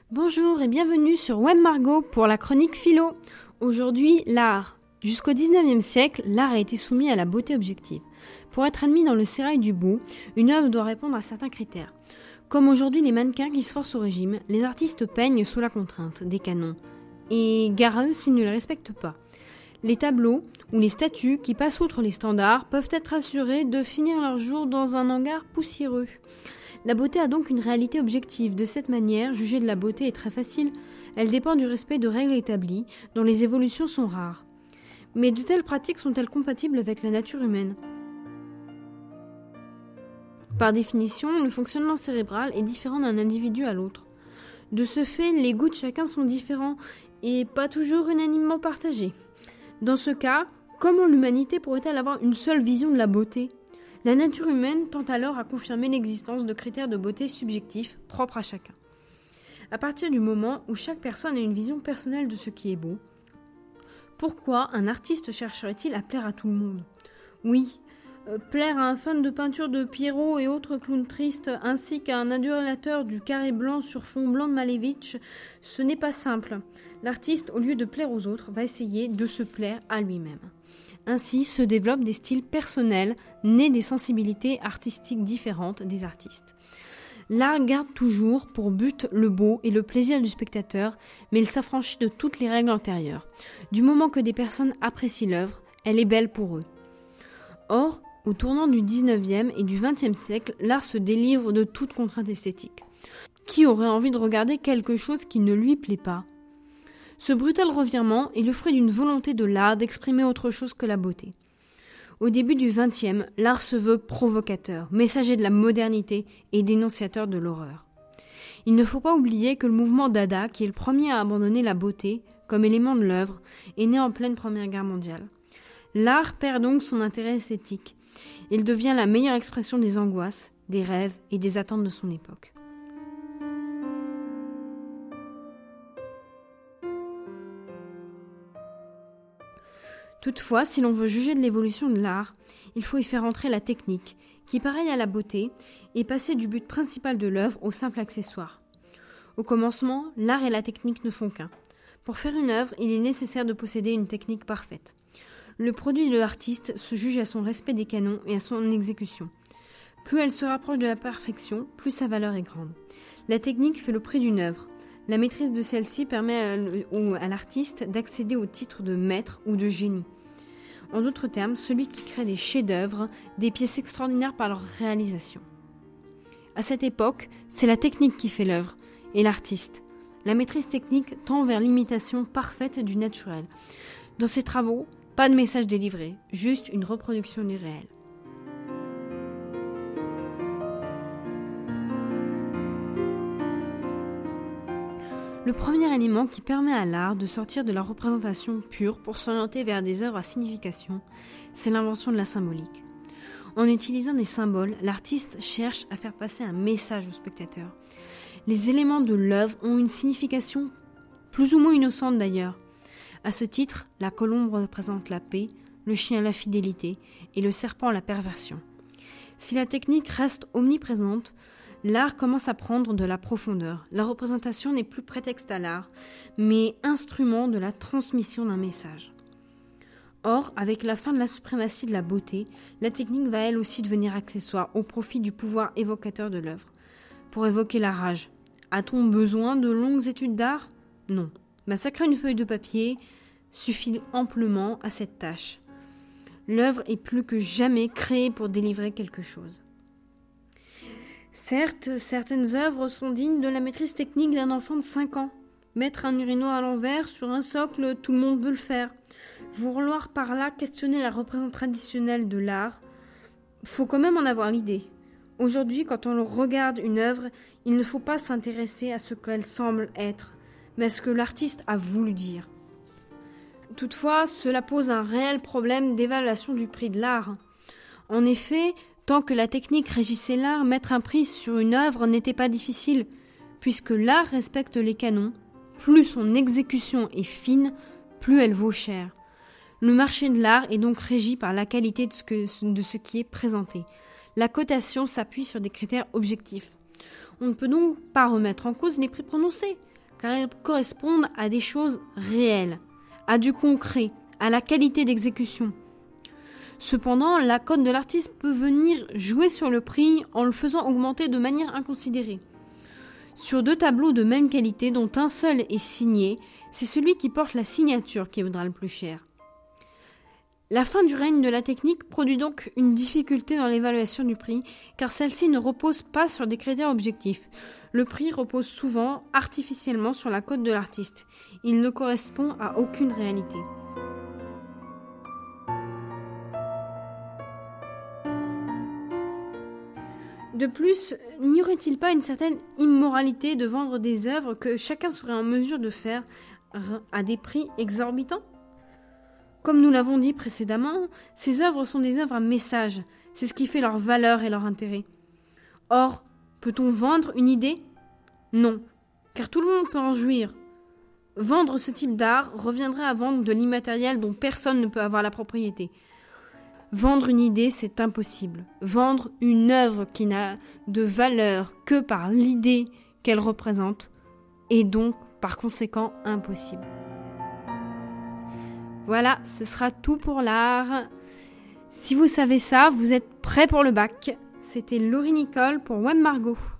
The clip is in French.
Bonjour et bienvenue sur Web Margot pour la chronique philo. Aujourd'hui, l'art. Jusqu'au 19e siècle, l'art a été soumis à la beauté objective. Pour être admis dans le sérail du beau, une œuvre doit répondre à certains critères. Comme aujourd'hui les mannequins qui se forcent au régime, les artistes peignent sous la contrainte des canons. Et gare à eux s'ils ne les respectent pas. Les tableaux ou les statues qui passent outre les standards peuvent être assurés de finir leur jour dans un hangar poussiéreux. La beauté a donc une réalité objective. De cette manière, juger de la beauté est très facile. Elle dépend du respect de règles établies, dont les évolutions sont rares. Mais de telles pratiques sont-elles compatibles avec la nature humaine ? Par définition, le fonctionnement cérébral est différent d'un individu à l'autre. De ce fait, les goûts de chacun sont différents et pas toujours unanimement partagés. Dans ce cas, comment l'humanité pourrait-elle avoir une seule vision de la beauté ? La nature humaine tend alors à confirmer l'existence de critères de beauté subjectifs propres à chacun. À partir du moment où chaque personne a une vision personnelle de ce qui est beau, pourquoi un artiste chercherait-il à plaire à tout le monde ? Oui, plaire à un fan de peinture de Pierrot et autres clowns tristes, ainsi qu'à un adulateur du carré blanc sur fond blanc de Malevich, ce n'est pas simple. L'artiste, au lieu de plaire aux autres, va essayer de se plaire à lui-même. Ainsi se développent des styles personnels, nés des sensibilités artistiques différentes des artistes. L'art garde toujours pour but le beau et le plaisir du spectateur, mais il s'affranchit de toutes les règles antérieures. Du moment que des personnes apprécient l'œuvre, elle est belle pour eux. Or, au tournant du 19e et du 20e siècle, l'art se délivre de toute contrainte esthétique. Qui aurait envie de regarder quelque chose qui ne lui plaît pas ? Ce brutal revirement est le fruit d'une volonté de l'art d'exprimer autre chose que la beauté. Au début du XXe, l'art se veut provocateur, messager de la modernité et dénonciateur de l'horreur. Il ne faut pas oublier que le mouvement Dada, qui est le premier à abandonner la beauté comme élément de l'œuvre, est né en pleine Première Guerre mondiale. L'art perd donc son intérêt esthétique. Il devient la meilleure expression des angoisses, des rêves et des attentes de son époque. Toutefois, si l'on veut juger de l'évolution de l'art, il faut y faire entrer la technique, qui, pareil à la beauté, est passée du but principal de l'œuvre au simple accessoire. Au commencement, l'art et la technique ne font qu'un. Pour faire une œuvre, il est nécessaire de posséder une technique parfaite. Le produit de l'artiste se juge à son respect des canons et à son exécution. Plus elle se rapproche de la perfection, plus sa valeur est grande. La technique fait le prix d'une œuvre. La maîtrise de celle-ci permet à l'artiste d'accéder au titre de maître ou de génie. En d'autres termes, celui qui crée des chefs-d'œuvre, des pièces extraordinaires par leur réalisation. À cette époque, c'est la technique qui fait l'œuvre, et l'artiste. La maîtrise technique tend vers l'imitation parfaite du naturel. Dans ses travaux, pas de message délivré, juste une reproduction du réel. Le premier élément qui permet à l'art de sortir de la représentation pure pour s'orienter vers des œuvres à signification, c'est l'invention de la symbolique. En utilisant des symboles, l'artiste cherche à faire passer un message au spectateur. Les éléments de l'œuvre ont une signification plus ou moins innocente d'ailleurs. À ce titre, la colombe représente la paix, le chien la fidélité et le serpent la perversion. Si la technique reste omniprésente, l'art commence à prendre de la profondeur. La représentation n'est plus prétexte à l'art, mais instrument de la transmission d'un message. Or, avec la fin de la suprématie de la beauté, la technique va elle aussi devenir accessoire au profit du pouvoir évocateur de l'œuvre. Pour évoquer la rage, a-t-on besoin de longues études d'art ? Non. Massacrer une feuille de papier suffit amplement à cette tâche. L'œuvre est plus que jamais créée pour délivrer quelque chose. Certes, certaines œuvres sont dignes de la maîtrise technique d'un enfant de 5 ans. Mettre un urinoir à l'envers sur un socle, tout le monde peut le faire. Vouloir par là questionner la représentation traditionnelle de l'art, faut quand même en avoir l'idée. Aujourd'hui, quand on regarde une œuvre, il ne faut pas s'intéresser à ce qu'elle semble être, mais à ce que l'artiste a voulu dire. Toutefois, cela pose un réel problème d'évaluation du prix de l'art. En effet, tant que la technique régissait l'art, mettre un prix sur une œuvre n'était pas difficile, puisque l'art respecte les canons. Plus son exécution est fine, plus elle vaut cher. Le marché de l'art est donc régi par la qualité de ce qui est présenté. La cotation s'appuie sur des critères objectifs. On ne peut donc pas remettre en cause les prix prononcés. car elles correspondent à des choses réelles, à du concret, à la qualité d'exécution. Cependant, la cote de l'artiste peut venir jouer sur le prix en le faisant augmenter de manière inconsidérée. Sur 2 tableaux de même qualité dont un seul est signé, c'est celui qui porte la signature qui vaudra le plus cher. La fin du règne de la technique produit donc une difficulté dans l'évaluation du prix, car celle-ci ne repose pas sur des critères objectifs. Le prix repose souvent artificiellement sur la cote de l'artiste. Il ne correspond à aucune réalité. De plus, n'y aurait-il pas une certaine immoralité de vendre des œuvres que chacun serait en mesure de faire à des prix exorbitants ? Comme nous l'avons dit précédemment, ces œuvres sont des œuvres à message. C'est ce qui fait leur valeur et leur intérêt. Or, peut-on vendre une idée ? Non, car tout le monde peut en jouir. Vendre ce type d'art reviendrait à vendre de l'immatériel dont personne ne peut avoir la propriété. Vendre une idée, c'est impossible. Vendre une œuvre qui n'a de valeur que par l'idée qu'elle représente est donc, par conséquent, impossible. Voilà, ce sera tout pour l'art. Si vous savez ça, vous êtes prêts pour le bac. C'était Laurie Nicole pour Web Margot.